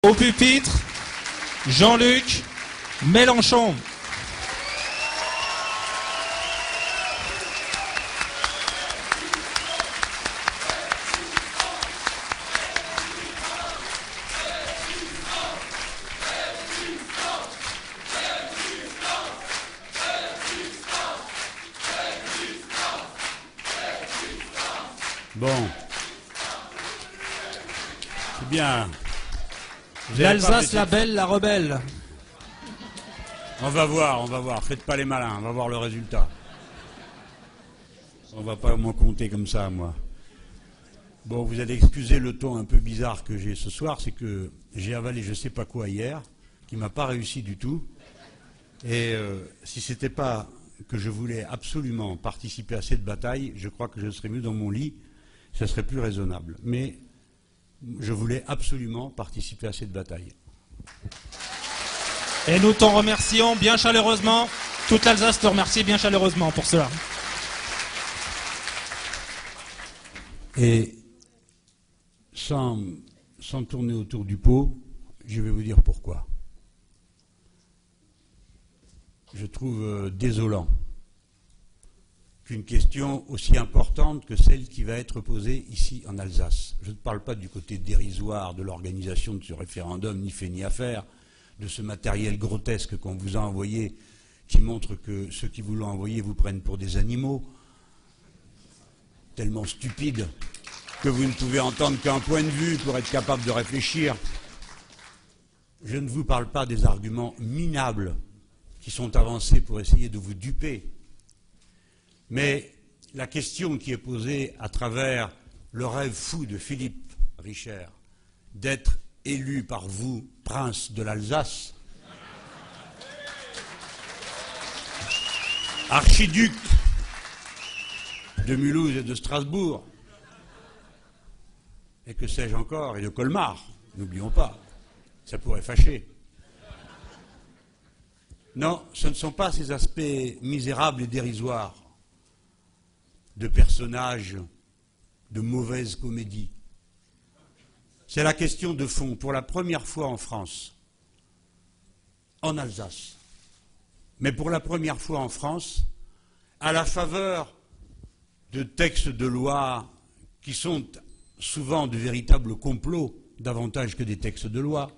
Au pupitre, Jean-Luc Mélenchon. Bon. C'est bien. L'Alsace, la belle, la rebelle. On va voir. Faites pas les malins, on va voir le résultat. On va pas m'en compter comme ça, moi. Bon, vous allez excuser le ton un peu bizarre que j'ai ce soir, c'est que j'ai avalé je sais pas quoi hier, qui m'a pas réussi du tout. Et si c'était pas que je voulais absolument participer à cette bataille, je crois que je serais mieux dans mon lit, ça serait plus raisonnable. Mais je voulais absolument participer à cette bataille. Et nous t'en remercions bien chaleureusement. Toute l'Alsace te remercie bien chaleureusement pour cela. Et sans tourner autour du pot, je vais vous dire pourquoi. Je trouve désolant qu'une question aussi importante que celle qui va être posée ici en Alsace. Je ne parle pas du côté dérisoire de l'organisation de ce référendum, ni fait ni à faire, de ce matériel grotesque qu'on vous a envoyé, qui montre que ceux qui vous l'ont envoyé vous prennent pour des animaux, tellement stupides que vous ne pouvez entendre qu'un point de vue pour être capable de réfléchir. Je ne vous parle pas des arguments minables qui sont avancés pour essayer de vous duper. Mais la question qui est posée à travers le rêve fou de Philippe Richer d'être élu par vous prince de l'Alsace, archiduc de Mulhouse et de Strasbourg, et que sais-je encore, et de Colmar, n'oublions pas, ça pourrait fâcher. Non, ce ne sont pas ces aspects misérables et dérisoires de personnages de mauvaise comédie. C'est la question de fond. Pour la première fois en France, en Alsace, mais pour la première fois en France, à la faveur de textes de loi qui sont souvent de véritables complots, davantage que des textes de loi,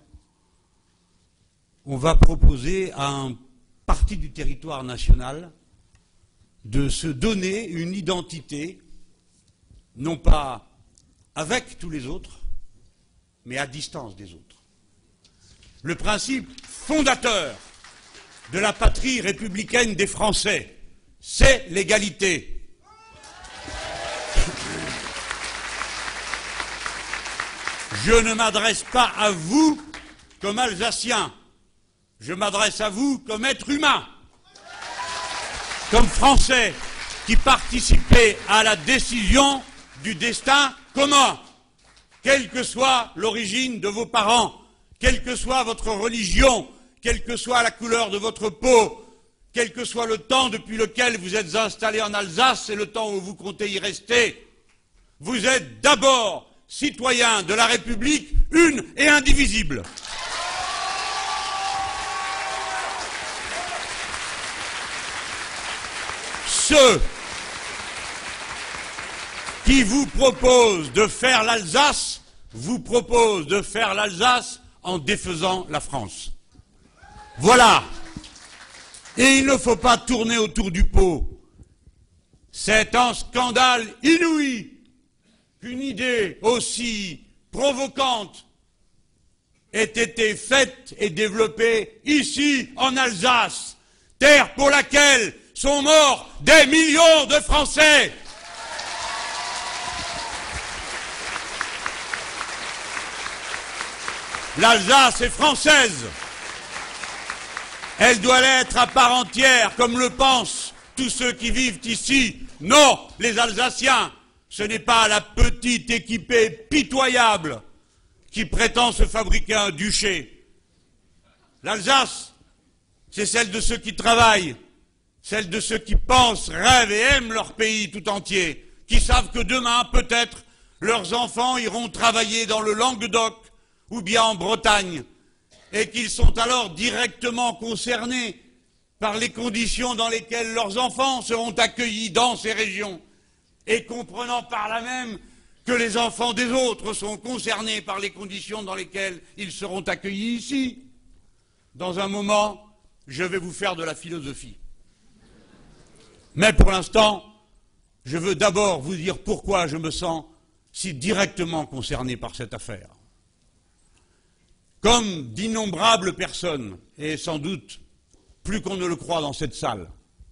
on va proposer à un parti du territoire national de se donner une identité, non pas avec tous les autres, mais à distance des autres. Le principe fondateur de la patrie républicaine des Français, c'est l'égalité. Je ne m'adresse pas à vous comme Alsacien, je m'adresse à vous comme être humain, comme Français qui participez à la décision du destin commun, quelle que soit l'origine de vos parents, quelle que soit votre religion, quelle que soit la couleur de votre peau, quel que soit le temps depuis lequel vous êtes installés en Alsace et le temps où vous comptez y rester. Vous êtes d'abord citoyens de la République, une et indivisible. Ceux qui vous proposent de faire l'Alsace vous proposent de faire l'Alsace en défaisant la France. Voilà. Et il ne faut pas tourner autour du pot. C'est un scandale inouï qu'une idée aussi provocante ait été faite et développée ici en Alsace, terre pour laquelle sont morts des millions de Français. L'Alsace est française. Elle doit l'être à part entière, comme le pensent tous ceux qui vivent ici. Non, les Alsaciens, ce n'est pas la petite équipée pitoyable qui prétend se fabriquer un duché. L'Alsace, c'est celle de ceux qui travaillent, celle de ceux qui pensent, rêvent et aiment leur pays tout entier, qui savent que demain, peut-être, leurs enfants iront travailler dans le Languedoc ou bien en Bretagne, et qu'ils sont alors directement concernés par les conditions dans lesquelles leurs enfants seront accueillis dans ces régions, et comprenant par là même que les enfants des autres sont concernés par les conditions dans lesquelles ils seront accueillis ici. Dans un moment, je vais vous faire de la philosophie. Mais pour l'instant, je veux d'abord vous dire pourquoi je me sens si directement concerné par cette affaire. Comme d'innombrables personnes, et sans doute plus qu'on ne le croit dans cette salle,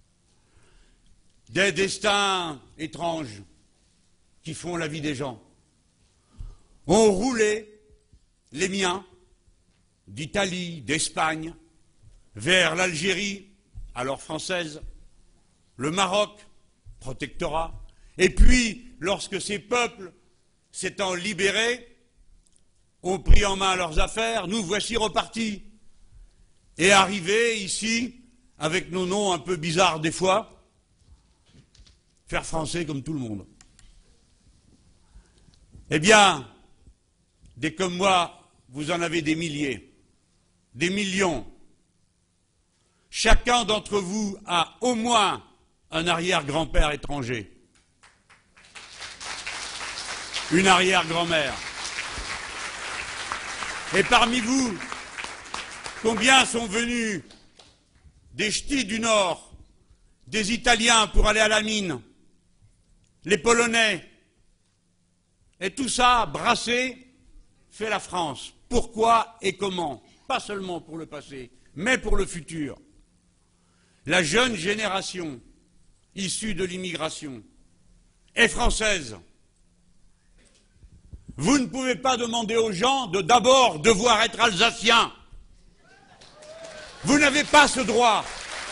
des destins étranges qui font la vie des gens ont roulé les miens d'Italie, d'Espagne, vers l'Algérie, alors française, le Maroc, protectorat, et puis, lorsque ces peuples, s'étant libérés, ont pris en main leurs affaires, nous voici repartis. Et arrivés ici, avec nos noms un peu bizarres des fois, faire français comme tout le monde. Eh bien, des comme moi, vous en avez des milliers, des millions. Chacun d'entre vous a au moins un arrière-grand-père étranger, une arrière-grand-mère. Et parmi vous, combien sont venus des ch'tis du Nord, des Italiens pour aller à la mine, les Polonais, et tout ça, brassé, fait la France. Pourquoi et comment? Pas seulement pour le passé, mais pour le futur. La jeune génération issue de l'immigration est française. Vous ne pouvez pas demander aux gens de d'abord devoir être alsaciens. Vous n'avez pas ce droit.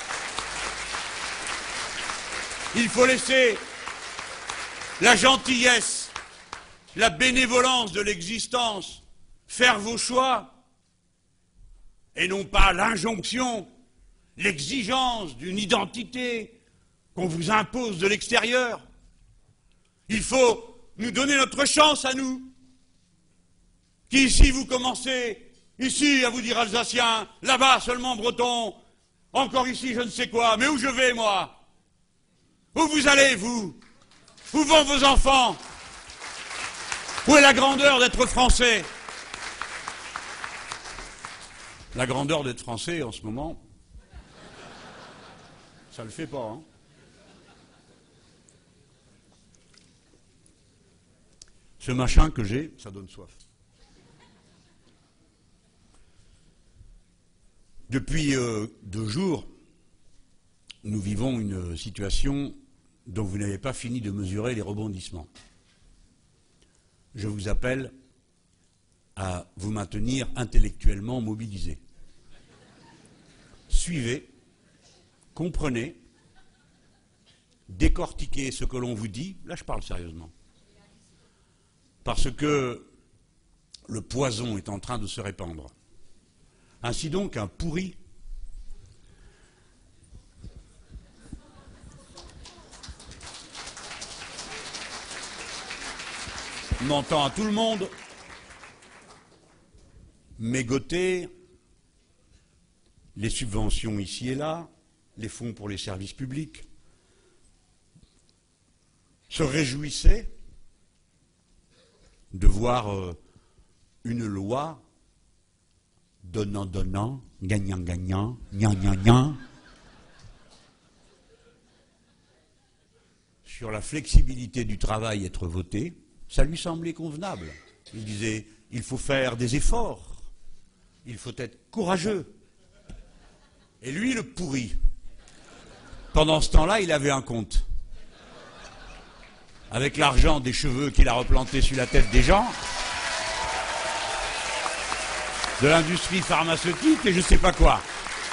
Il faut laisser la gentillesse, la bénévolence de l'existence faire vos choix, et non pas l'injonction, l'exigence d'une identité qu'on vous impose de l'extérieur. Il faut nous donner notre chance à nous. Qui ici vous commencez, ici à vous dire alsacien, là-bas seulement breton, encore ici je ne sais quoi, mais où je vais moi? Où vous allez vous? Où vont vos enfants? Où est la grandeur d'être français? La grandeur d'être français en ce moment, ça le fait pas, hein? Ce machin que j'ai, ça donne soif. Depuis 2 jours, nous vivons une situation dont vous n'avez pas fini de mesurer les rebondissements. Je vous appelle à vous maintenir intellectuellement mobilisés. Suivez, comprenez, décortiquez ce que l'on vous dit, là je parle sérieusement, parce que le poison est en train de se répandre. Ainsi donc, un pourri m'entend à tout le monde mégoter les subventions ici et là, les fonds pour les services publics, se réjouissait de voir une loi donnant, gagnant, gna, sur la flexibilité du travail être votée. Ça lui semblait convenable. Il disait, il faut faire des efforts, il faut être courageux. Et lui, le pourri, pendant ce temps-là, il avait un compte. Avec l'argent des cheveux qu'il a replantés sur la tête des gens, de l'industrie pharmaceutique et je ne sais pas quoi.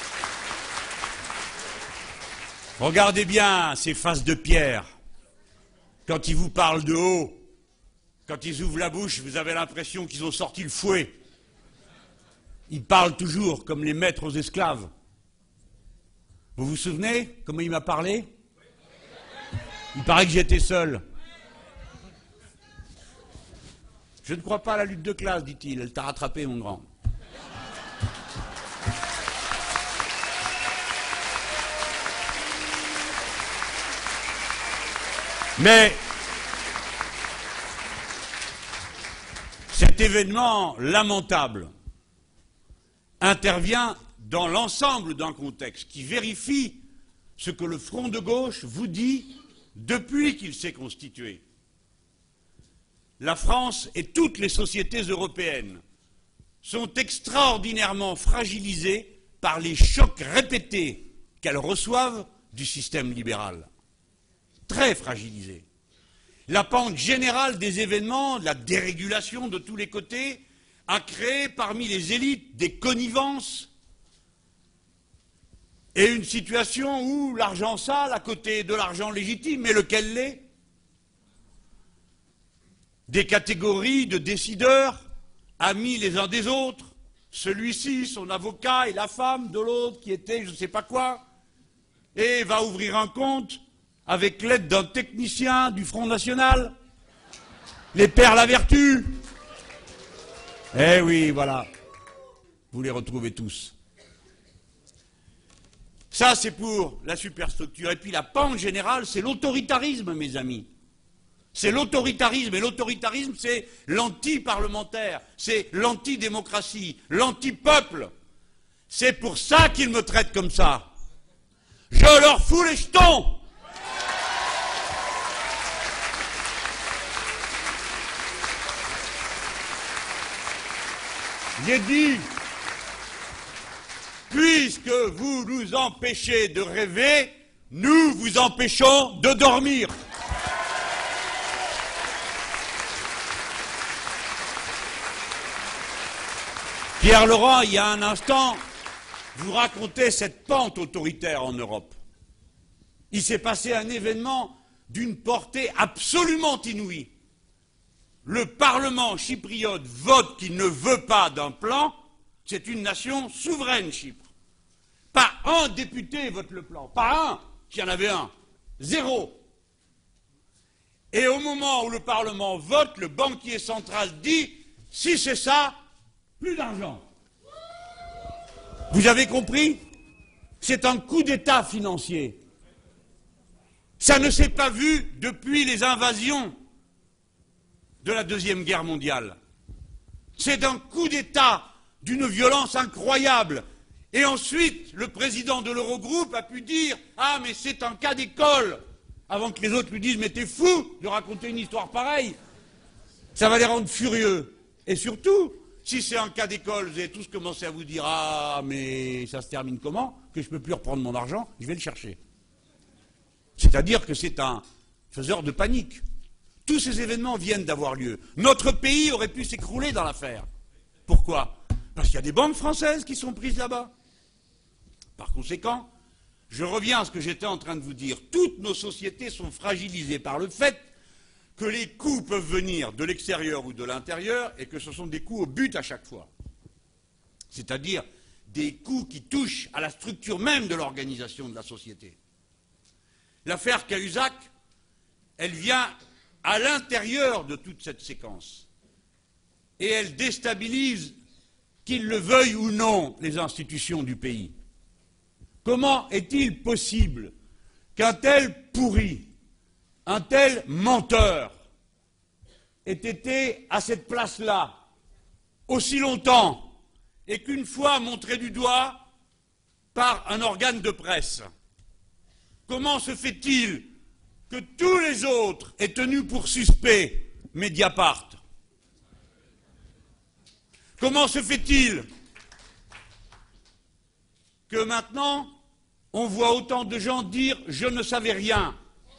Regardez bien ces faces de pierre. Quand ils vous parlent de haut, quand ils ouvrent la bouche, vous avez l'impression qu'ils ont sorti le fouet. Ils parlent toujours comme les maîtres aux esclaves. Vous vous souvenez comment il m'a parlé? Il paraît que j'étais seul. Je ne crois pas à la lutte de classe, dit-il. Elle t'a rattrapé, mon grand. Mais cet événement lamentable intervient dans l'ensemble d'un contexte qui vérifie ce que le Front de gauche vous dit depuis qu'il s'est constitué. La France et toutes les sociétés européennes sont extraordinairement fragilisées par les chocs répétés qu'elles reçoivent du système libéral. Très fragilisées. La pente générale des événements, la dérégulation de tous les côtés, a créé parmi les élites des connivences et une situation où l'argent sale à côté de l'argent légitime, mais lequel l'est, des catégories de décideurs, amis les uns des autres, celui-ci, son avocat et la femme de l'autre qui était je ne sais pas quoi, et va ouvrir un compte avec l'aide d'un technicien du Front National, les pères la vertu. Eh oui, voilà, vous les retrouvez tous. Ça, c'est pour la superstructure. Et puis la pente générale, c'est l'autoritarisme, mes amis. C'est l'autoritarisme, et l'autoritarisme, c'est l'anti-parlementaire, c'est l'anti-démocratie, l'anti-peuple. C'est pour ça qu'ils me traitent comme ça. Je leur fous les jetons. J'ai dit, puisque vous nous empêchez de rêver, nous vous empêchons de dormir. Pierre Laurent, il y a un instant, vous racontait cette pente autoritaire en Europe. Il s'est passé un événement d'une portée absolument inouïe. Le Parlement chypriote vote qu'il ne veut pas d'un plan, c'est une nation souveraine, Chypre. Pas un député vote le plan, pas un, s'il y en avait un, zéro. Et au moment où le Parlement vote, le banquier central dit, si c'est ça, plus d'argent. Vous avez compris? C'est un coup d'État financier. Ça ne s'est pas vu depuis les invasions de la Deuxième Guerre mondiale. C'est un coup d'État d'une violence incroyable. Et ensuite, le président de l'Eurogroupe a pu dire « Ah, mais c'est un cas d'école !» avant que les autres lui disent « Mais t'es fou de raconter une histoire pareille !» Ça va les rendre furieux. Et surtout, si c'est un cas d'école, vous avez tous commencé à vous dire « Ah, mais ça se termine comment? Que je ne peux plus reprendre mon argent, je vais le chercher. » C'est-à-dire que c'est un faiseur de panique. Tous ces événements viennent d'avoir lieu. Notre pays aurait pu s'écrouler dans l'affaire. Pourquoi? Parce qu'il y a des banques françaises qui sont prises là-bas. Par conséquent, je reviens à ce que j'étais en train de vous dire. Toutes nos sociétés sont fragilisées par le fait que les coups peuvent venir de l'extérieur ou de l'intérieur et que ce sont des coups au but à chaque fois. C'est-à-dire des coups qui touchent à la structure même de l'organisation de la société. L'affaire Cahuzac, elle vient à l'intérieur de toute cette séquence. Et elle déstabilise, qu'ils le veuillent ou non, les institutions du pays. Comment est-il possible qu'un tel pourri, un tel menteur, ait été à cette place-là aussi longtemps et qu'une fois montré du doigt par un organe de presse? Comment se fait-il que tous les autres aient tenu pour suspect Mediapart? Comment se fait-il que maintenant on voit autant de gens dire « je ne savais rien » ?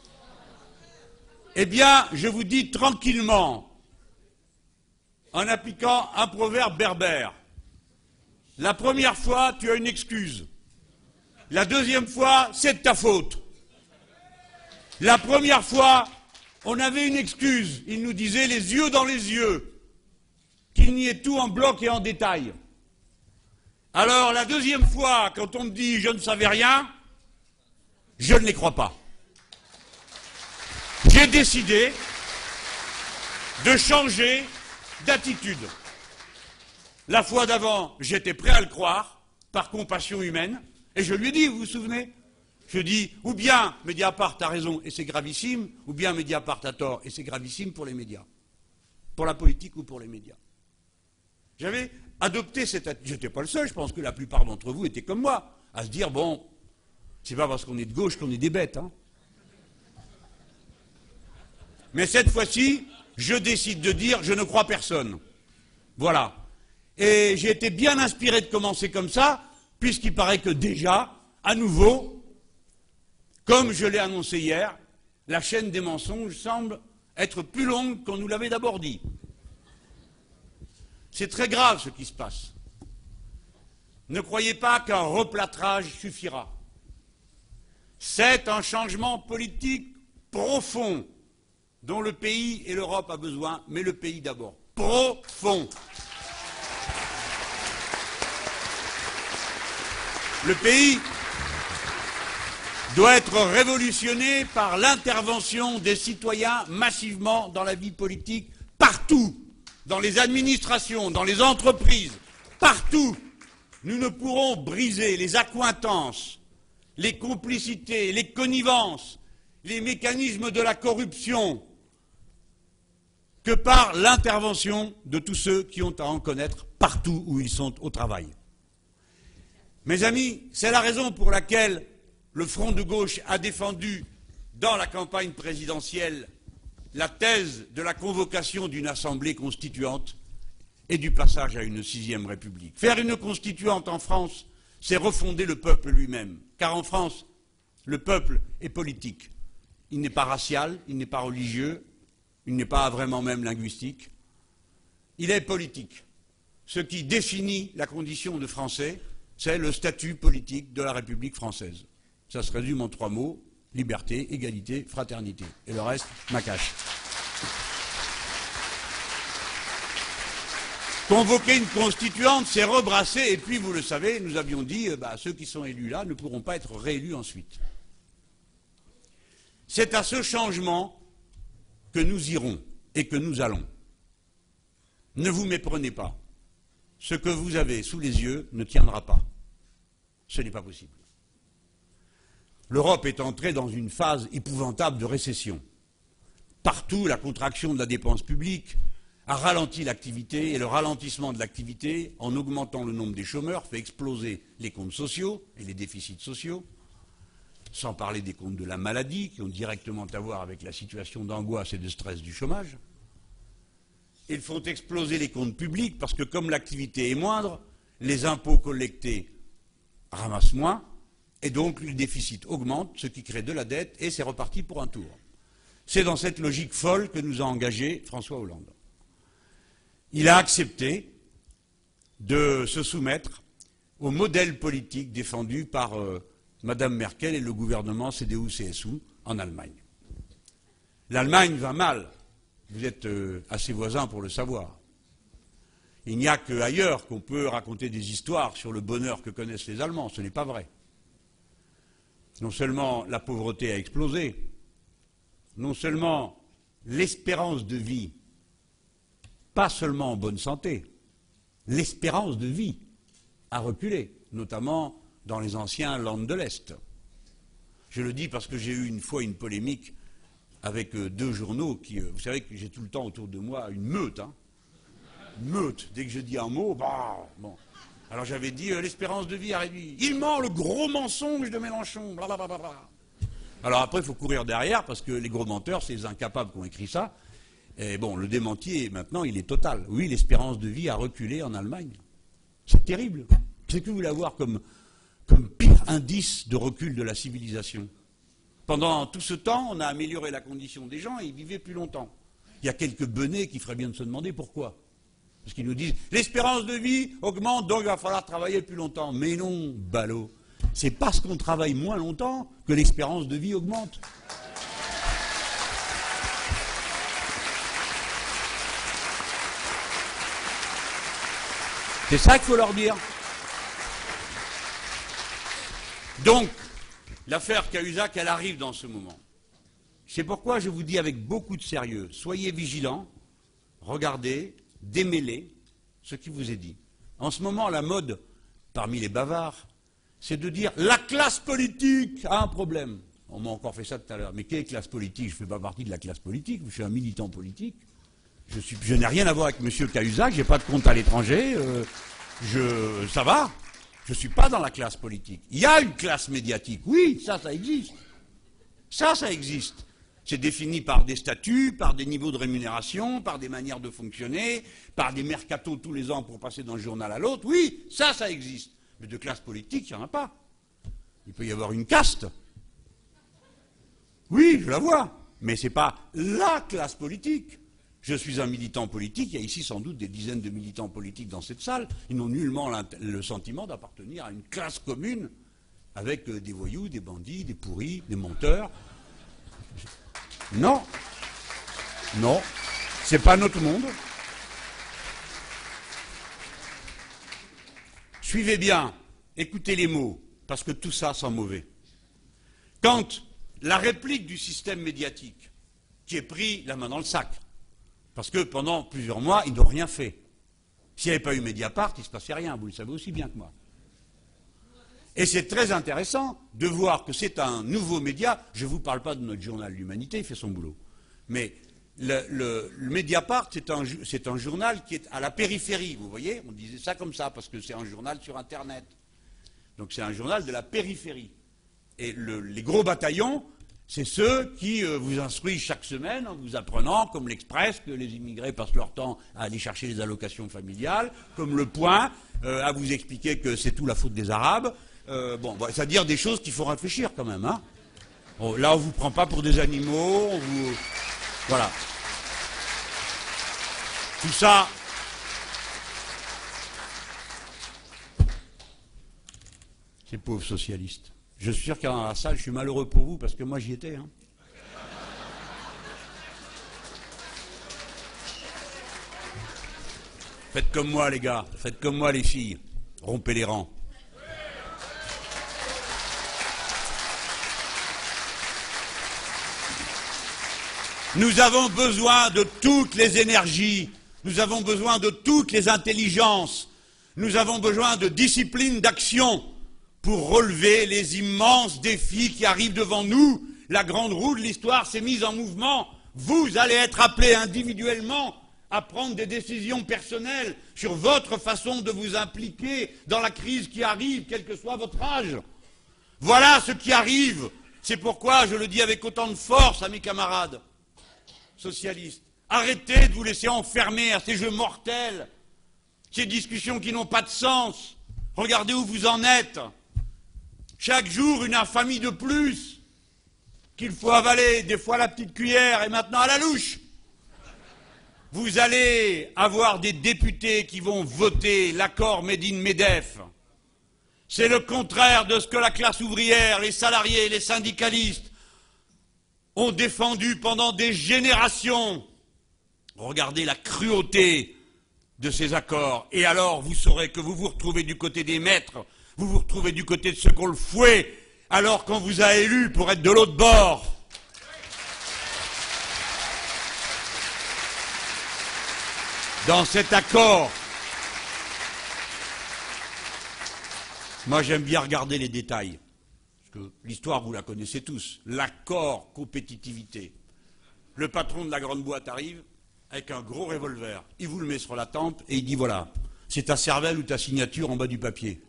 Eh bien, je vous dis tranquillement, en appliquant un proverbe berbère, la première fois, tu as une excuse. La deuxième fois, c'est de ta faute. La première fois, on avait une excuse. Il nous disait les yeux dans les yeux, qu'il n'y ait tout en bloc et en détail. Alors, la deuxième fois, quand on me dit je ne savais rien, je ne les crois pas. J'ai décidé de changer d'attitude. La fois d'avant, j'étais prêt à le croire, par compassion humaine, et je lui ai dit, vous vous souvenez? Je dis, ou bien Mediapart a raison et c'est gravissime, ou bien Mediapart a tort et c'est gravissime pour les médias. Pour la politique ou pour les médias. J'avais adopté cette attitude. Je n'étais pas le seul, je pense que la plupart d'entre vous étaient comme moi, à se dire, bon, c'est pas parce qu'on est de gauche qu'on est des bêtes, hein. Mais cette fois-ci, je décide de dire, je ne crois personne. Voilà. Et j'ai été bien inspiré de commencer comme ça, puisqu'il paraît que déjà, à nouveau, comme je l'ai annoncé hier, la chaîne des mensonges semble être plus longue qu'on nous l'avait d'abord dit. C'est très grave ce qui se passe. Ne croyez pas qu'un replâtrage suffira. C'est un changement politique profond dont le pays et l'Europe a besoin, mais le pays d'abord. Profond. Le pays doit être révolutionné par l'intervention des citoyens massivement dans la vie politique, partout, dans les administrations, dans les entreprises, partout. Nous ne pourrons briser les accointances, les complicités, les connivences, les mécanismes de la corruption que par l'intervention de tous ceux qui ont à en connaître partout où ils sont au travail. Mes amis, c'est la raison pour laquelle le Front de gauche a défendu dans la campagne présidentielle la thèse de la convocation d'une assemblée constituante et du passage à une 6e République. Faire une constituante en France, c'est refonder le peuple lui-même. Car en France, le peuple est politique. Il n'est pas racial, il n'est pas religieux, il n'est pas vraiment même linguistique. Il est politique. Ce qui définit la condition de Français, c'est le statut politique de la République française. Ça se résume en 3 mots, liberté, égalité, fraternité. Et le reste, ma cache. Convoquer une constituante, c'est rebrasser, et puis vous le savez, nous avions dit, ceux qui sont élus là ne pourront pas être réélus ensuite. C'est à ce changement que nous irons et que nous allons. Ne vous méprenez pas. Ce que vous avez sous les yeux ne tiendra pas. Ce n'est pas possible. L'Europe est entrée dans une phase épouvantable de récession. Partout, la contraction de la dépense publique a ralenti l'activité, et le ralentissement de l'activité, en augmentant le nombre des chômeurs, fait exploser les comptes sociaux et les déficits sociaux, sans parler des comptes de la maladie, qui ont directement à voir avec la situation d'angoisse et de stress du chômage. Ils font exploser les comptes publics, parce que comme l'activité est moindre, les impôts collectés ramassent moins, et donc le déficit augmente, ce qui crée de la dette, et c'est reparti pour un tour. C'est dans cette logique folle que nous a engagé François Hollande. Il a accepté de se soumettre au modèle politique défendu par Mme Merkel et le gouvernement CDU-CSU en Allemagne. L'Allemagne va mal, vous êtes assez voisins pour le savoir. Il n'y a qu'ailleurs qu'on peut raconter des histoires sur le bonheur que connaissent les Allemands, ce n'est pas vrai. Non seulement la pauvreté a explosé, non seulement l'espérance de vie, pas seulement en bonne santé, l'espérance de vie a reculé, notamment dans les anciens Landes de l'Est. Je le dis parce que j'ai eu une fois une polémique avec 2 journaux qui, vous savez que j'ai tout le temps autour de moi une meute, hein. Une meute. Dès que je dis un mot, bon. Alors j'avais dit l'espérance de vie a réduit. Il ment, le gros mensonge de Mélenchon, blablabla. Alors après, il faut courir derrière, parce que les gros menteurs, c'est les incapables qui ont écrit ça. Et bon, le démenti, maintenant, il est total. Oui, l'espérance de vie a reculé en Allemagne. C'est terrible. C'est que vous voulez avoir comme pire indice de recul de la civilisation. Pendant tout ce temps, on a amélioré la condition des gens et ils vivaient plus longtemps. Il y a quelques benets qui feraient bien de se demander pourquoi. Parce qu'ils nous disent, l'espérance de vie augmente, donc il va falloir travailler plus longtemps. Mais non, ballot. C'est parce qu'on travaille moins longtemps que l'espérance de vie augmente. C'est ça qu'il faut leur dire. Donc, l'affaire Cahuzac, elle arrive dans ce moment. C'est pourquoi je vous dis avec beaucoup de sérieux, soyez vigilants, regardez, démêler ce qui vous est dit. En ce moment, la mode, parmi les bavards, c'est de dire la classe politique a un problème. On m'a encore fait ça tout à l'heure. Mais quelle classe politique? Je ne fais pas partie de la classe politique, je suis un militant politique. Je n'ai rien à voir avec M. Cahuzac, je n'ai pas de compte à l'étranger, ça va. Je ne suis pas dans la classe politique. Il y a une classe médiatique, oui, ça existe. Ça existe. C'est défini par des statuts, par des niveaux de rémunération, par des manières de fonctionner, par des mercatos tous les ans pour passer d'un journal à l'autre. Oui, ça existe. Mais de classe politique, il n'y en a pas. Il peut y avoir une caste. Oui, je la vois. Mais ce n'est pas la classe politique. Je suis un militant politique, il y a ici sans doute des dizaines de militants politiques dans cette salle. Ils n'ont nullement le sentiment d'appartenir à une classe commune avec des voyous, des bandits, des pourris, des menteurs. Non. Non. C'est pas notre monde. Suivez bien, écoutez les mots, parce que tout ça sent mauvais. Quand la réplique du système médiatique, qui est pris la main dans le sac, parce que pendant plusieurs mois, ils n'ont rien fait. S'il n'y avait pas eu Mediapart, il ne se passait rien, vous le savez aussi bien que moi. Et c'est très intéressant de voir que c'est un nouveau média. Je ne vous parle pas de notre journal L'Humanité, il fait son boulot. Mais le Mediapart, c'est un journal qui est à la périphérie, vous voyez. On disait ça comme ça, parce que c'est un journal sur Internet. Donc c'est un journal de la périphérie. Et les gros bataillons, c'est ceux qui vous instruisent chaque semaine en vous apprenant, comme l'Express, que les immigrés passent leur temps à aller chercher les allocations familiales, comme Le Point, à vous expliquer que c'est tout la faute des Arabes. C'est-à-dire des choses qu'il faut réfléchir quand même. Hein. Bon, là, on ne vous prend pas pour des animaux, Voilà. Tout ça... Ces pauvres socialistes. Je suis sûr qu'il y a dans la salle, je suis malheureux pour vous, parce que moi j'y étais. Hein. Faites comme moi les gars, faites comme moi les filles, rompez les rangs. Nous avons besoin de toutes les énergies, nous avons besoin de toutes les intelligences, nous avons besoin de discipline d'action pour relever les immenses défis qui arrivent devant nous. La grande roue de l'histoire s'est mise en mouvement. Vous allez être appelés individuellement à prendre des décisions personnelles sur votre façon de vous impliquer dans la crise qui arrive, quel que soit votre âge. Voilà ce qui arrive. C'est pourquoi je le dis avec autant de force à mes camarades socialistes. Arrêtez de vous laisser enfermer à ces jeux mortels, ces discussions qui n'ont pas de sens. Regardez où vous en êtes. Chaque jour, une infamie de plus qu'il faut avaler, des fois à la petite cuillère et maintenant à la louche. Vous allez avoir des députés qui vont voter l'accord Made in MEDEF. C'est le contraire de ce que la classe ouvrière, les salariés, les syndicalistes ont défendu pendant des générations. Regardez la cruauté de ces accords. Et alors, vous saurez que vous vous retrouvez du côté des maîtres, vous vous retrouvez du côté de ceux qu'on le fouet, alors qu'on vous a élus pour être de l'autre bord. Dans cet accord, moi j'aime bien regarder les détails, parce que l'histoire vous la connaissez tous. L'accord compétitivité. Le patron de la grande boîte arrive avec un gros revolver, il vous le met sur la tempe et il dit voilà, c'est ta cervelle ou ta signature en bas du papier.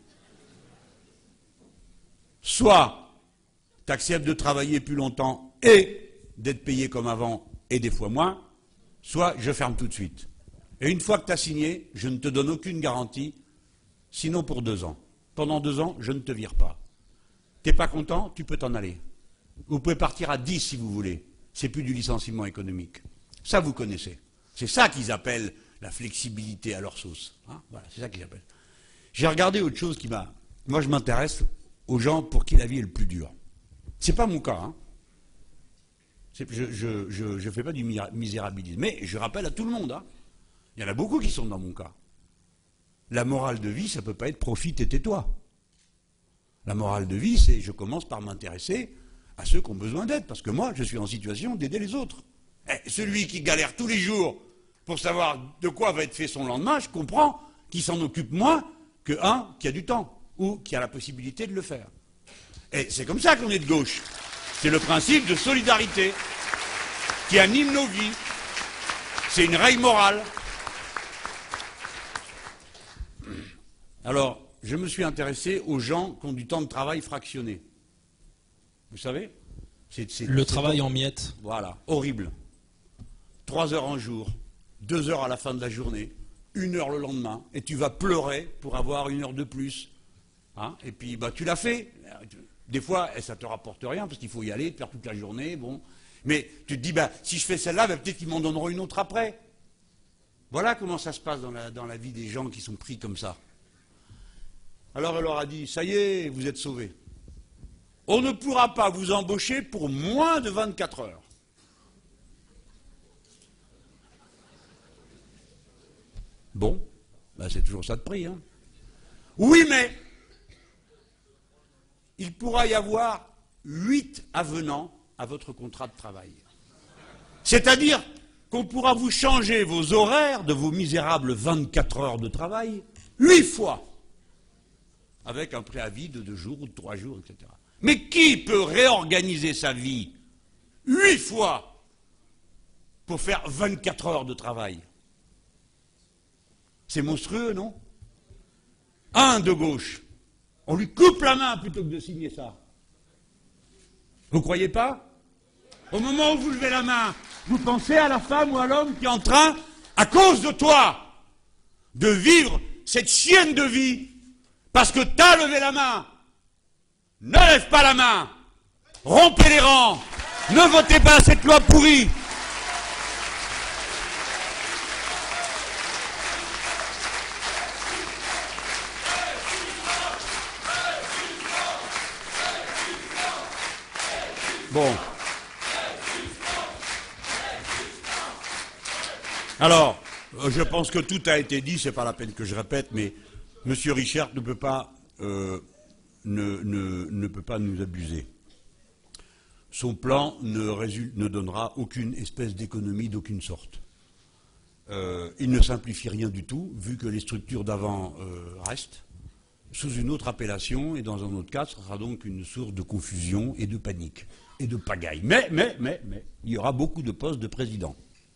Soit tu acceptes de travailler plus longtemps et d'être payé comme avant et des fois moins, soit je ferme tout de suite. Et une fois que tu as signé, je ne te donne aucune garantie, sinon pour 2 ans. Pendant 2 ans, je ne te vire pas. T'es pas content, tu peux t'en aller. Vous pouvez partir à 10 si vous voulez. C'est plus du licenciement économique. Ça, vous connaissez. C'est ça qu'ils appellent la flexibilité à leur sauce. Hein, voilà, c'est ça qu'ils appellent. J'ai regardé autre chose qui m'a... Moi, je m'intéresse aux gens pour qui la vie est le plus dur. C'est pas mon cas. Hein. Je fais pas du misérabilisme. Mais je rappelle à tout le monde. Hein. Il y en a beaucoup qui sont dans mon cas. La morale de vie, ça ne peut pas être profite et tais-toi. La morale de vie, c'est je commence par m'intéresser à ceux qui ont besoin d'aide, parce que moi, je suis en situation d'aider les autres. Celui qui galère tous les jours pour savoir de quoi va être fait son lendemain, je comprends qu'il s'en occupe moins qu'un qui a du temps ou qui a la possibilité de le faire. Et c'est comme ça qu'on est de gauche. C'est le principe de solidarité qui anime nos vies. C'est une règle morale. Alors, je me suis intéressé aux gens qui ont du temps de travail fractionné. Vous savez, le travail en miettes. Voilà, horrible. 3 heures un jour, 2 heures à la fin de la journée, 1 heure le lendemain, et tu vas pleurer pour avoir 1 heure de plus. Hein, et puis, bah, tu l'as fait. Des fois, ça ne te rapporte rien, parce qu'il faut y aller, faire toute la journée, bon. Mais tu te dis, bah, si je fais celle-là, bah, peut-être qu'ils m'en donneront une autre après. Voilà comment ça se passe dans la vie des gens qui sont pris comme ça. Alors elle leur a dit, ça y est, vous êtes sauvés. On ne pourra pas vous embaucher pour moins de 24 heures. Bon, ben c'est toujours ça de prix. Hein. Oui, mais il pourra y avoir 8 avenants à votre contrat de travail. C'est-à-dire qu'on pourra vous changer vos horaires de vos misérables 24 heures de travail 8 fois, avec un préavis de 2 jours ou de 3 jours, etc. Mais qui peut réorganiser sa vie 8 fois pour faire 24 heures de travail? C'est monstrueux, non? Un de gauche, on lui coupe la main plutôt que de signer ça. Vous ne croyez pas? Au moment où vous levez la main, vous pensez à la femme ou à l'homme qui est en train, à cause de toi, de vivre cette chienne de vie, parce que t'as levé la main. Ne lève pas la main. Rompez les rangs. Ne votez pas cette loi pourrie. Bon. Alors, je pense que tout a été dit, c'est pas la peine que je répète, mais M. Richert ne peut pas, ne peut pas nous abuser. Son plan ne donnera aucune espèce d'économie d'aucune sorte. Il ne simplifie rien du tout, vu que les structures d'avant restent, sous une autre appellation, et dans un autre cas, ce sera donc une source de confusion et de panique, et de pagaille. Mais, il y aura beaucoup de postes de président.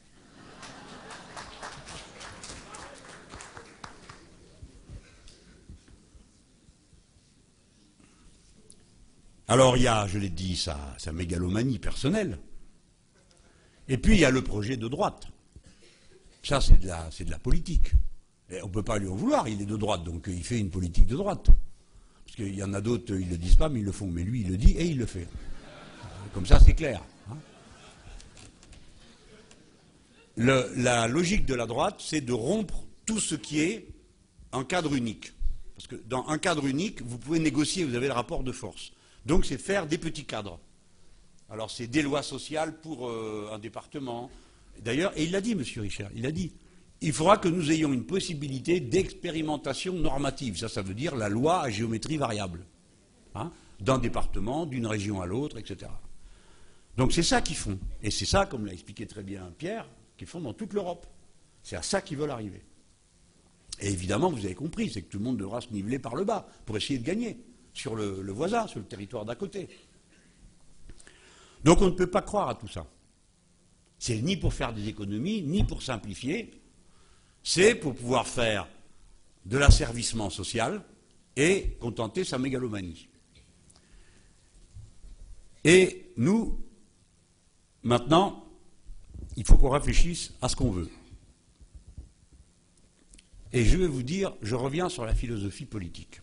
Alors il y a, je l'ai dit, sa mégalomanie personnelle. Et puis il y a le projet de droite. Ça, c'est de la politique. Et on ne peut pas lui en vouloir, il est de droite, donc il fait une politique de droite. Parce qu'il y en a d'autres, ils ne le disent pas, mais ils le font. Mais lui, il le dit et il le fait. Comme ça, c'est clair. Hein. La logique de la droite, c'est de rompre tout ce qui est un cadre unique. Parce que dans un cadre unique, vous pouvez négocier, vous avez le rapport de force. Donc c'est faire des petits cadres. Alors c'est des lois sociales pour un département. D'ailleurs, et il l'a dit, M. Richert, il a dit, il faudra que nous ayons une possibilité d'expérimentation normative. Ça veut dire la loi à géométrie variable. Hein, d'un département, d'une région à l'autre, etc. Donc c'est ça qu'ils font. Et c'est ça, comme l'a expliqué très bien Pierre, qu'ils font dans toute l'Europe. C'est à ça qu'ils veulent arriver. Et évidemment, vous avez compris, c'est que tout le monde devra se niveler par le bas pour essayer de gagner sur le voisin, sur le territoire d'à côté. Donc on ne peut pas croire à tout ça. C'est ni pour faire des économies, ni pour simplifier. C'est pour pouvoir faire de l'asservissement social et contenter sa mégalomanie. Et nous, maintenant, il faut qu'on réfléchisse à ce qu'on veut. Et je vais vous dire, je reviens sur la philosophie politique.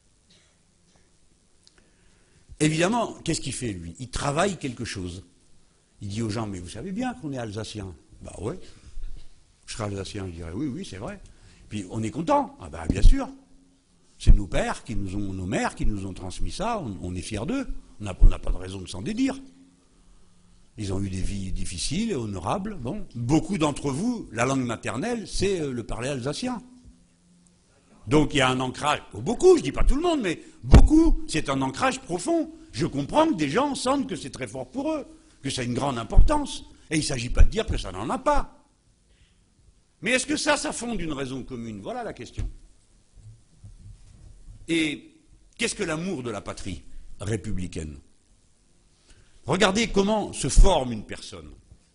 Évidemment, qu'est-ce qu'il fait, lui? Il travaille quelque chose. Il dit aux gens, mais vous savez bien qu'on est alsacien. Bah ouais, je serais alsacien, je dirais, oui, c'est vrai. Puis on est content. Ah bah bien sûr. C'est nos pères, nos mères qui nous ont transmis ça, on est fiers d'eux. On n'a pas de raison de s'en dédire. Ils ont eu des vies difficiles et honorables. Bon, beaucoup d'entre vous, la langue maternelle, c'est le parler alsacien. Donc il y a un ancrage, pour beaucoup, je ne dis pas tout le monde, mais beaucoup, c'est un ancrage profond. Je comprends que des gens sentent que c'est très fort pour eux, que ça a une grande importance. Et il ne s'agit pas de dire que ça n'en a pas. Mais est-ce que ça fonde une raison commune? Voilà la question. Et qu'est-ce que l'amour de la patrie républicaine? Regardez comment se forme une personne.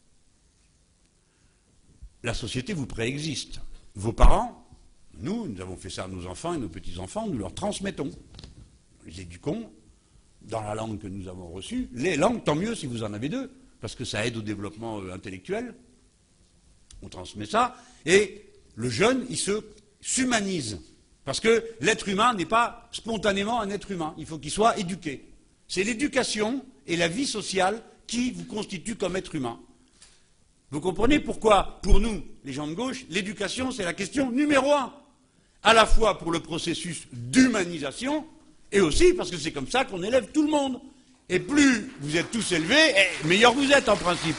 La société vous préexiste. Vos parents, nous avons fait ça à nos enfants et nos petits-enfants, nous leur transmettons. Nous les éduquons dans la langue que nous avons reçue. Les langues, tant mieux si vous en avez deux, parce que ça aide au développement intellectuel. On transmet ça, et le jeune, il s'humanise. Parce que l'être humain n'est pas spontanément un être humain, il faut qu'il soit éduqué. C'est l'éducation et la vie sociale qui vous constituent comme être humain. Vous comprenez pourquoi, pour nous, les gens de gauche, l'éducation, c'est la question numéro un. À la fois pour le processus d'humanisation, et aussi parce que c'est comme ça qu'on élève tout le monde. Et plus vous êtes tous élevés, meilleur vous êtes en principe.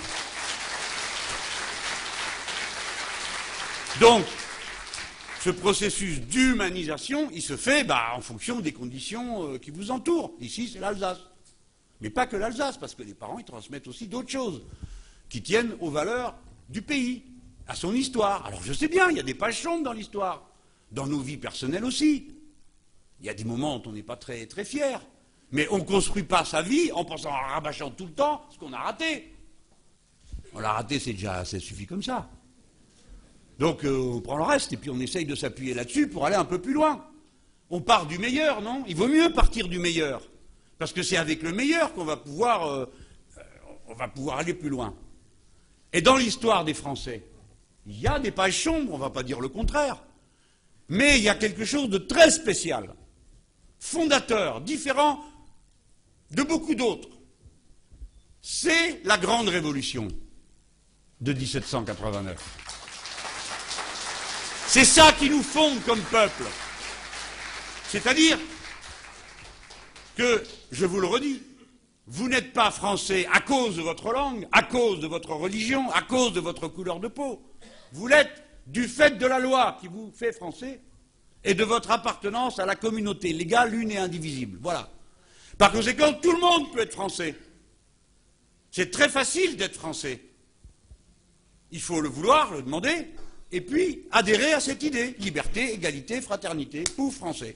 Donc, ce processus d'humanisation, il se fait en fonction des conditions qui vous entourent. Ici, c'est l'Alsace. Mais pas que l'Alsace, parce que les parents, ils transmettent aussi d'autres choses qui tiennent aux valeurs du pays, à son histoire. Alors je sais bien, il y a des pages sombres dans l'histoire, dans nos vies personnelles aussi. Il y a des moments dont on n'est pas très, très fier. Mais on ne construit pas sa vie en pensant, en rabâchant tout le temps ce qu'on a raté. On l'a raté, ça suffit comme ça. Donc on prend le reste et puis on essaye de s'appuyer là-dessus pour aller un peu plus loin. On part du meilleur, non? Il vaut mieux partir du meilleur. Parce que c'est avec le meilleur qu'on va pouvoir aller plus loin. Et dans l'histoire des Français, il y a des pages sombres, on ne va pas dire le contraire. Mais il y a quelque chose de très spécial, fondateur, différent de beaucoup d'autres. C'est la Grande Révolution de 1789. C'est ça qui nous fonde comme peuple. C'est-à-dire que, je vous le redis, vous n'êtes pas français à cause de votre langue, à cause de votre religion, à cause de votre couleur de peau. Vous l'êtes du fait de la loi qui vous fait français et de votre appartenance à la communauté légale, une et indivisible. Voilà. Par conséquent, tout le monde peut être français. C'est très facile d'être français. Il faut le vouloir, le demander, et puis adhérer à cette idée. Liberté, égalité, fraternité, pouf, français.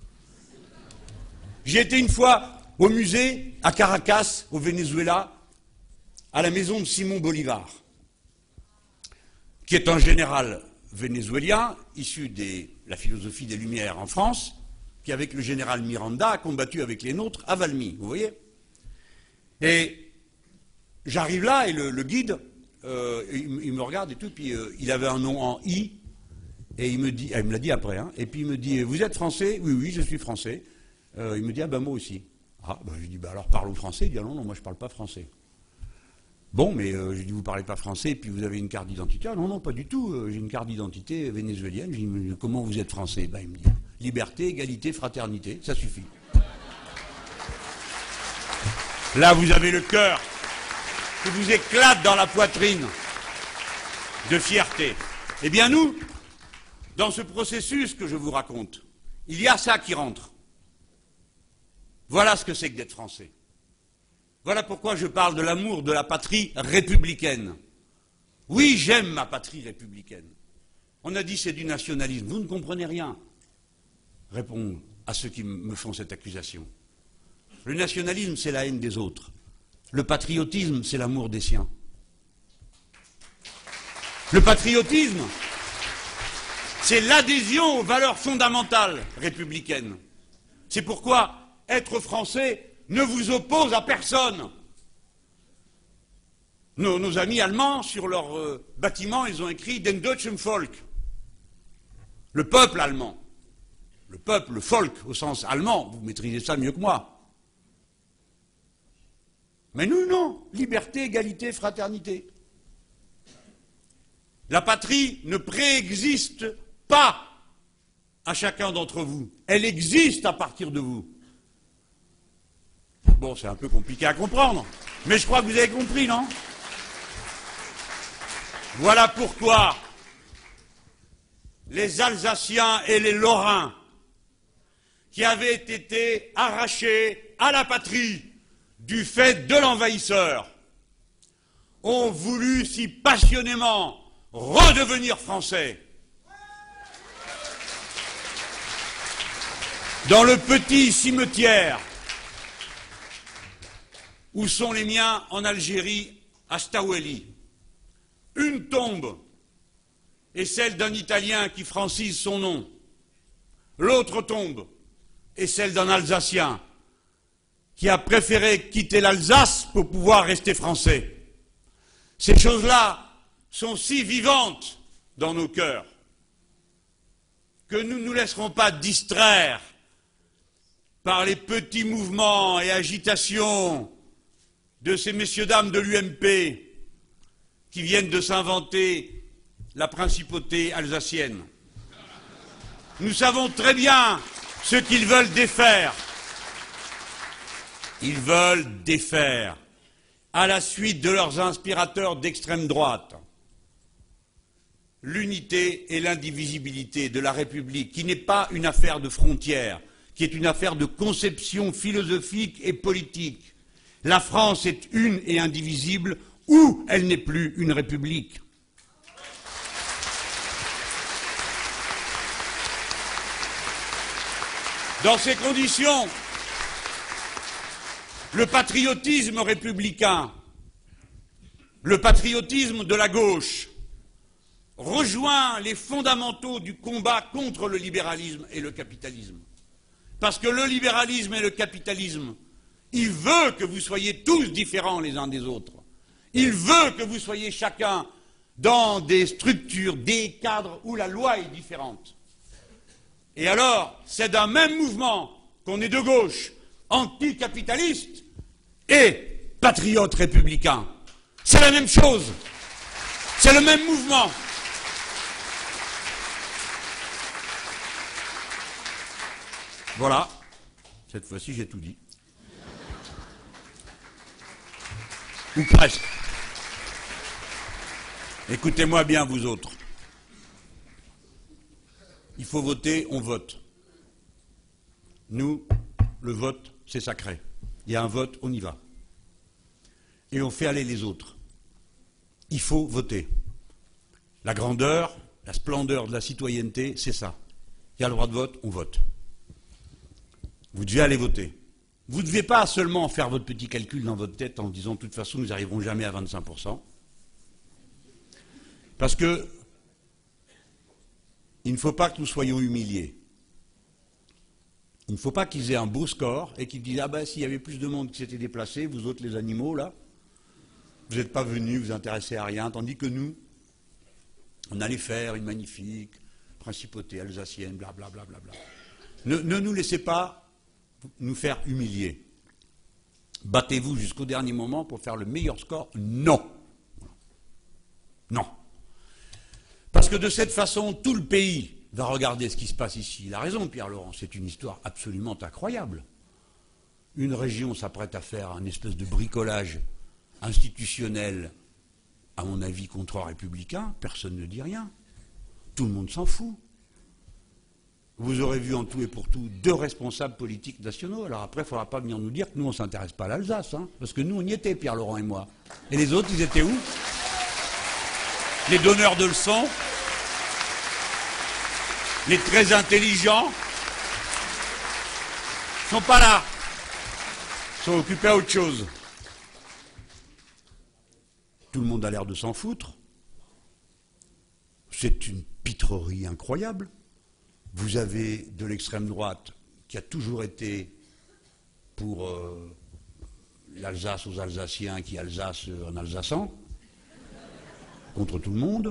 J'ai été une fois au musée à Caracas, au Venezuela, à la maison de Simon Bolivar, qui est un général vénézuélien, issu de la philosophie des Lumières en France, qui, avec le général Miranda, a combattu avec les nôtres à Valmy, vous voyez. Et j'arrive là, et le guide, il me regarde et tout, puis il avait un nom en I, et il me dit, il me l'a dit après, hein, et puis il me dit, vous êtes français? Oui, oui, je suis français. Il me dit, ah ben moi aussi. Ah, ben je lui dis, ben alors parlons français. Il dit, ah non, non, moi je parle pas français. Bon, mais je lui dis, vous parlez pas français, et puis vous avez une carte d'identité? Ah non, non, pas du tout, j'ai une carte d'identité vénézuélienne. Je lui dis, comment vous êtes français? Ben il me dit, liberté, égalité, fraternité, ça suffit. Là, vous avez le cœur qui vous éclate dans la poitrine de fierté. Eh bien nous, dans ce processus que je vous raconte, il y a ça qui rentre. Voilà ce que c'est que d'être français. Voilà pourquoi je parle de l'amour de la patrie républicaine. Oui, j'aime ma patrie républicaine. On a dit c'est du nationalisme. Vous ne comprenez rien. Répondent à ceux qui me font cette accusation. Le nationalisme, c'est la haine des autres. Le patriotisme, c'est l'amour des siens. Le patriotisme, c'est l'adhésion aux valeurs fondamentales républicaines. C'est pourquoi être français ne vous oppose à personne. Nos amis allemands, sur leur bâtiment, ils ont écrit « Den deutschen Volk », le peuple allemand. Le peuple, le folk, au sens allemand, vous maîtrisez ça mieux que moi. Mais nous, non. Liberté, égalité, fraternité. La patrie ne préexiste pas à chacun d'entre vous. Elle existe à partir de vous. Bon, c'est un peu compliqué à comprendre, mais je crois que vous avez compris, non? Voilà pourquoi les Alsaciens et les Lorrains, qui avaient été arrachés à la patrie du fait de l'envahisseur, ont voulu si passionnément redevenir français. Dans le petit cimetière où sont les miens en Algérie, à Staweli, une tombe est celle d'un Italien qui francise son nom. L'autre tombe est celle d'un Alsacien qui a préféré quitter l'Alsace pour pouvoir rester français. Ces choses-là sont si vivantes dans nos cœurs que nous ne nous laisserons pas distraire par les petits mouvements et agitations de ces messieurs-dames de l'UMP qui viennent de s'inventer la principauté alsacienne. Nous savons très bien ce qu'ils veulent défaire. Ils veulent défaire, à la suite de leurs inspirateurs d'extrême droite, l'unité et l'indivisibilité de la République, qui n'est pas une affaire de frontières, qui est une affaire de conception philosophique et politique. La France est une et indivisible, ou elle n'est plus une république. Dans ces conditions, le patriotisme républicain, le patriotisme de la gauche, rejoint les fondamentaux du combat contre le libéralisme et le capitalisme. Parce que le libéralisme et le capitalisme, il veut que vous soyez tous différents les uns des autres. Il veut que vous soyez chacun dans des structures, des cadres où la loi est différente. Et alors, c'est d'un même mouvement qu'on est de gauche, anticapitaliste et patriote républicain. C'est la même chose. C'est le même mouvement. Voilà. Cette fois-ci, j'ai tout dit. Ou presque. Écoutez-moi bien, vous autres. Il faut voter, on vote. Nous, le vote, c'est sacré. Il y a un vote, on y va. Et on fait aller les autres. Il faut voter. La grandeur, la splendeur de la citoyenneté, c'est ça. Il y a le droit de vote, on vote. Vous devez aller voter. Vous ne devez pas seulement faire votre petit calcul dans votre tête en disant de toute façon nous n'arriverons jamais à 25%. Parce que il ne faut pas que nous soyons humiliés. Il ne faut pas qu'ils aient un beau score et qu'ils disent « Ah ben, s'il y avait plus de monde qui s'était déplacé, vous autres les animaux, là, vous n'êtes pas venus, vous intéressez à rien. » Tandis que nous, on allait faire une magnifique principauté alsacienne, blablabla. Bla, bla, bla. Ne nous laissez pas nous faire humilier. Battez-vous jusqu'au dernier moment pour faire le meilleur score? Non. Non. Parce que de cette façon, tout le pays va regarder ce qui se passe ici. Il a raison, Pierre-Laurent, c'est une histoire absolument incroyable. Une région s'apprête à faire un espèce de bricolage institutionnel, à mon avis, contre-républicain, personne ne dit rien. Tout le monde s'en fout. Vous aurez vu en tout et pour tout 2 responsables politiques nationaux. Alors après, il ne faudra pas venir nous dire que nous, on ne s'intéresse pas à l'Alsace, hein, parce que nous, on y était, Pierre-Laurent et moi. Et les autres, ils étaient où? Les donneurs de leçons, les très intelligents, ne sont pas là. Ils sont occupés à autre chose. Tout le monde a l'air de s'en foutre. C'est une pitrerie incroyable. Vous avez de l'extrême droite qui a toujours été pour l'Alsace aux Alsaciens qui Alsace en alsaçant, contre tout le monde.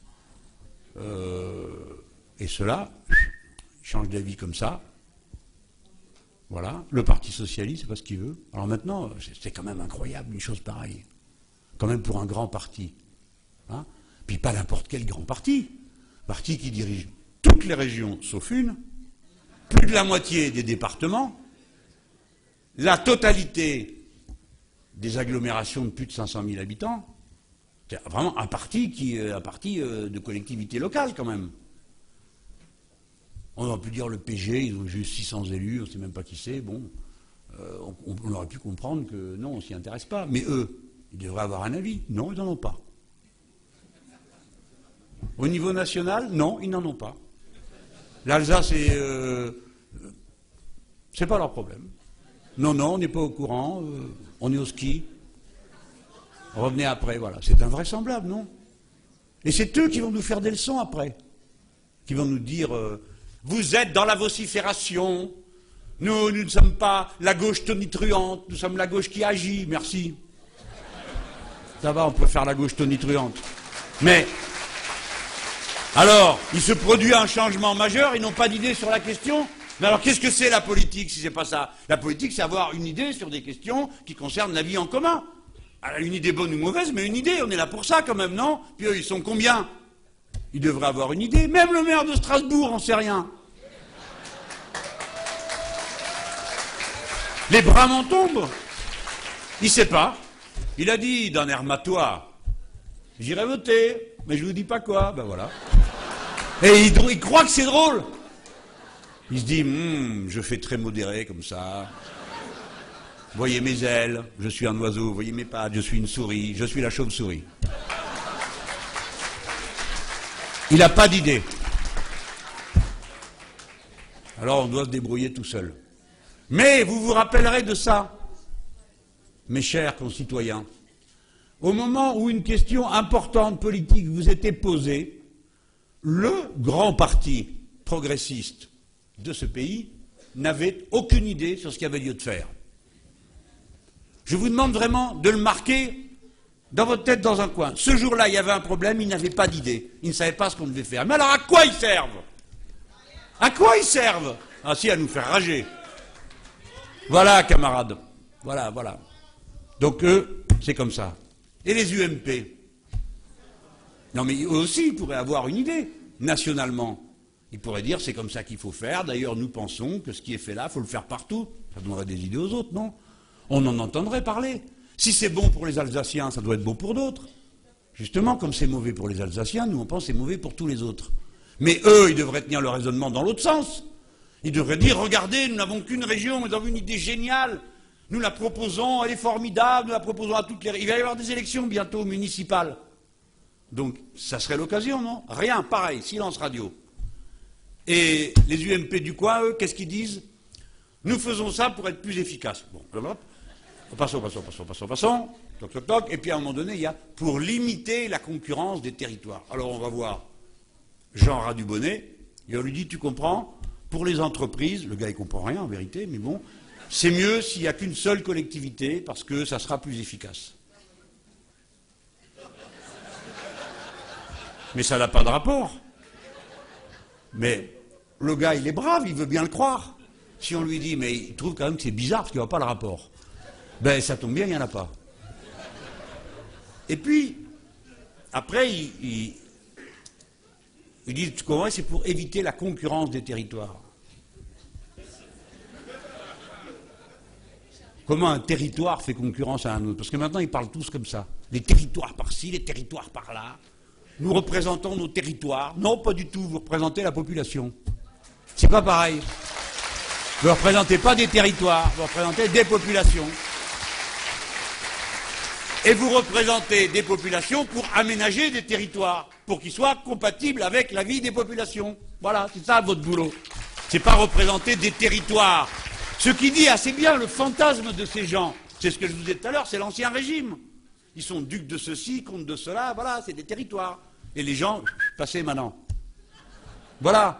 Et cela change d'avis comme ça. Voilà. Le Parti socialiste, c'est pas ce qu'il veut. Alors maintenant, c'est quand même incroyable une chose pareille. Quand même pour un grand parti. Hein. Puis pas n'importe quel grand parti. Parti qui dirige toutes les régions sauf une, plus de la moitié des départements, la totalité des agglomérations de plus de 500 000 habitants. C'est vraiment un parti de collectivité locale quand même. On aurait pu dire le PG, ils ont juste 600 élus, on ne sait même pas qui c'est. Bon, on aurait pu comprendre que non, on ne s'y intéresse pas. Mais eux, ils devraient avoir un avis. Non, ils n'en ont pas. Au niveau national, non, ils n'en ont pas. L'Alsace, c'est pas leur problème. Non, on n'est pas au courant, on est au ski. Revenez après, voilà. C'est invraisemblable, non? Et c'est eux qui vont nous faire des leçons après. Qui vont nous dire, vous êtes dans la vocifération, nous ne sommes pas la gauche tonitruante, nous sommes la gauche qui agit, merci. Ça va, on peut faire la gauche tonitruante. Mais, alors, il se produit un changement majeur, ils n'ont pas d'idée sur la question. Mais alors, qu'est-ce que c'est la politique si c'est pas ça? La politique, c'est avoir une idée sur des questions qui concernent la vie en commun. Alors, une idée bonne ou mauvaise, mais une idée, on est là pour ça quand même, non? Puis eux, ils sont combien? Ils devraient avoir une idée. Même le maire de Strasbourg, on sait rien. Les bras m'en tombent. Il sait pas. Il a dit d'un air matois, j'irai voter, mais je vous dis pas quoi. Ben voilà. Et il croit que c'est drôle. Il se dit, je fais très modéré comme ça. Voyez mes ailes, je suis un oiseau. Voyez mes pattes, je suis une souris. Je suis la chauve-souris. Il n'a pas d'idée. Alors on doit se débrouiller tout seul. Mais vous vous rappellerez de ça, mes chers concitoyens. Au moment où une question importante politique vous était posée, le grand parti progressiste de ce pays n'avait aucune idée sur ce qu'il y avait lieu de faire. Je vous demande vraiment de le marquer dans votre tête dans un coin. Ce jour-là, il y avait un problème, ils n'avaient pas d'idée. Ils ne savaient pas ce qu'on devait faire. Mais alors à quoi ils servent? À quoi ils servent? Ah si, à nous faire rager. Voilà, camarades. Voilà. Donc eux, c'est comme ça. Et les UMP? Non mais eux aussi, ils pourraient avoir une idée, nationalement. Ils pourraient dire, c'est comme ça qu'il faut faire. D'ailleurs, nous pensons que ce qui est fait là, il faut le faire partout. Ça donnerait des idées aux autres, non? On en entendrait parler. Si c'est bon pour les Alsaciens, ça doit être bon pour d'autres. Justement, comme c'est mauvais pour les Alsaciens, nous on pense que c'est mauvais pour tous les autres. Mais eux, ils devraient tenir le raisonnement dans l'autre sens. Ils devraient dire, regardez, nous n'avons qu'une région, nous avons une idée géniale. Nous la proposons, elle est formidable, nous la proposons à toutes les... Il va y avoir des élections bientôt municipales. Donc, ça serait l'occasion, non? Rien, pareil, silence radio. Et les UMP du coin, eux, qu'est-ce qu'ils disent? Nous faisons ça pour être plus efficaces. Bon, hop. Passons. Toc. Et puis à un moment donné, il y a pour limiter la concurrence des territoires. Alors on va voir Jean Radubonnet, et on lui dit, tu comprends, pour les entreprises, le gars il comprend rien en vérité, mais bon, c'est mieux s'il n'y a qu'une seule collectivité, parce que ça sera plus efficace. Mais ça n'a pas de rapport. Mais le gars il est brave, il veut bien le croire. Si on lui dit, mais il trouve quand même que c'est bizarre, parce qu'il n'y a pas le rapport. Ben, ça tombe bien, il n'y en a pas. Et puis, après, ils disent, comment c'est pour éviter la concurrence des territoires. Comment un territoire fait concurrence à un autre? Parce que maintenant, ils parlent tous comme ça. Les territoires par-ci, les territoires par-là. Nous représentons nos territoires. Non, pas du tout, vous représentez la population. C'est pas pareil. Vous ne représentez pas des territoires, vous représentez des populations. Et vous représentez des populations pour aménager des territoires, pour qu'ils soient compatibles avec la vie des populations. Voilà, c'est ça votre boulot. C'est pas représenter des territoires. Ce qui dit assez bien le fantasme de ces gens, c'est ce que je vous disais tout à l'heure, c'est l'ancien régime. Ils sont ducs de ceci, comtes de cela, voilà, c'est des territoires. Et les gens, passez maintenant. Voilà.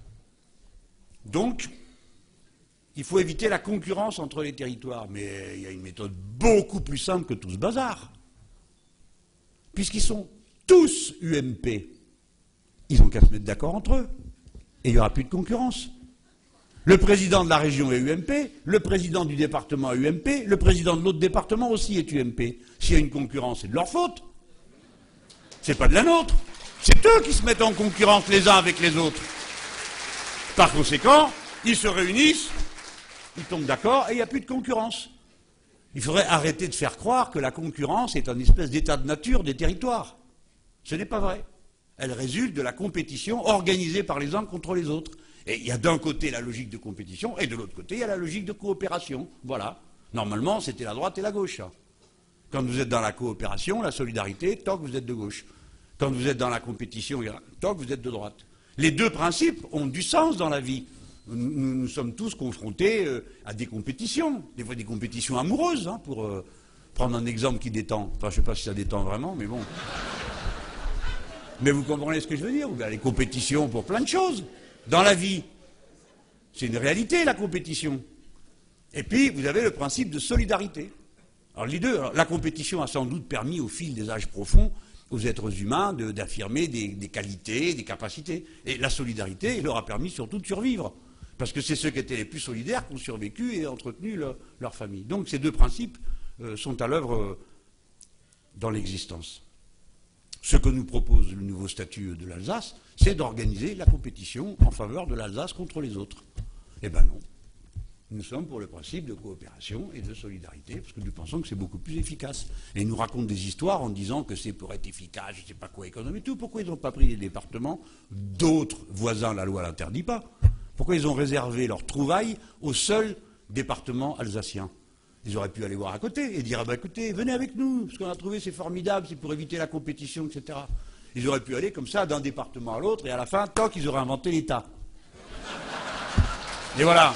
Donc, il faut éviter la concurrence entre les territoires. Mais il y a une méthode beaucoup plus simple que tout ce bazar. Puisqu'ils sont tous UMP, ils n'ont qu'à se mettre d'accord entre eux. Et il n'y aura plus de concurrence. Le président de la région est UMP, le président du département est UMP, le président de l'autre département aussi est UMP. S'il y a une concurrence, c'est de leur faute. C'est pas de la nôtre. C'est eux qui se mettent en concurrence les uns avec les autres. Par conséquent, ils se réunissent, ils tombent d'accord et il n'y a plus de concurrence. Il faudrait arrêter de faire croire que la concurrence est un espèce d'état de nature des territoires. Ce n'est pas vrai. Elle résulte de la compétition organisée par les uns contre les autres. Et il y a d'un côté la logique de compétition et de l'autre côté il y a la logique de coopération. Voilà. Normalement, c'était la droite et la gauche. Ça. Quand vous êtes dans la coopération, la solidarité, tant que vous êtes de gauche. Quand vous êtes dans la compétition, tant que vous êtes de droite. Les deux principes ont du sens dans la vie. Nous sommes tous confrontés à des compétitions, des fois des compétitions amoureuses, hein, pour prendre un exemple qui détend. Enfin, je ne sais pas si ça détend vraiment, mais bon. Mais vous comprenez ce que je veux dire? Les compétitions pour plein de choses dans la vie. C'est une réalité, la compétition. Et puis, vous avez le principe de solidarité. Alors, les deux, la compétition a sans doute permis, au fil des âges profonds, aux êtres humains d'affirmer des qualités, des capacités. Et la solidarité leur a permis surtout de survivre. Parce que c'est ceux qui étaient les plus solidaires qui ont survécu et entretenu leur famille. Donc ces deux principes sont à l'œuvre dans l'existence. Ce que nous propose le nouveau statut de l'Alsace, c'est d'organiser la compétition en faveur de l'Alsace contre les autres. Eh bien non. Nous sommes pour le principe de coopération et de solidarité, parce que nous pensons que c'est beaucoup plus efficace. Et ils nous racontent des histoires en disant que c'est pour être efficace, je ne sais pas quoi, économie et tout. Pourquoi ils n'ont pas pris des départements d'autres voisins, la loi ne l'interdit pas? Pourquoi ils ont réservé leurs trouvailles au seul département alsacien? Ils auraient pu aller voir à côté et dire, ah ben écoutez, venez avec nous, ce qu'on a trouvé c'est formidable, c'est pour éviter la compétition, etc. Ils auraient pu aller comme ça d'un département à l'autre et à la fin, toc, ils auraient inventé l'État. Et voilà.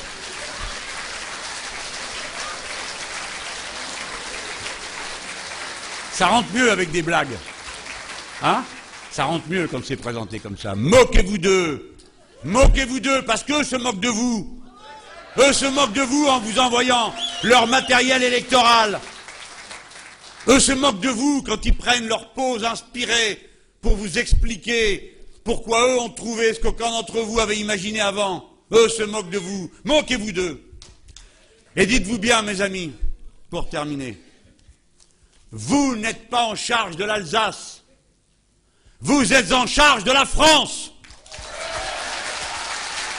Ça rentre mieux avec des blagues. Hein? Ça rentre mieux quand c'est présenté comme ça. Moquez-vous d'eux. Moquez-vous d'eux, parce qu'eux se moquent de vous. Eux se moquent de vous en vous envoyant leur matériel électoral. Eux se moquent de vous quand ils prennent leur pause inspirée pour vous expliquer pourquoi eux ont trouvé ce qu'aucun d'entre vous avait imaginé avant. Eux se moquent de vous. Moquez-vous d'eux. Et dites-vous bien, mes amis, pour terminer, vous n'êtes pas en charge de l'Alsace. Vous êtes en charge de la France.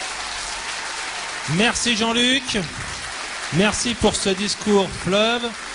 Merci Jean-Luc. Merci pour ce discours fleuve.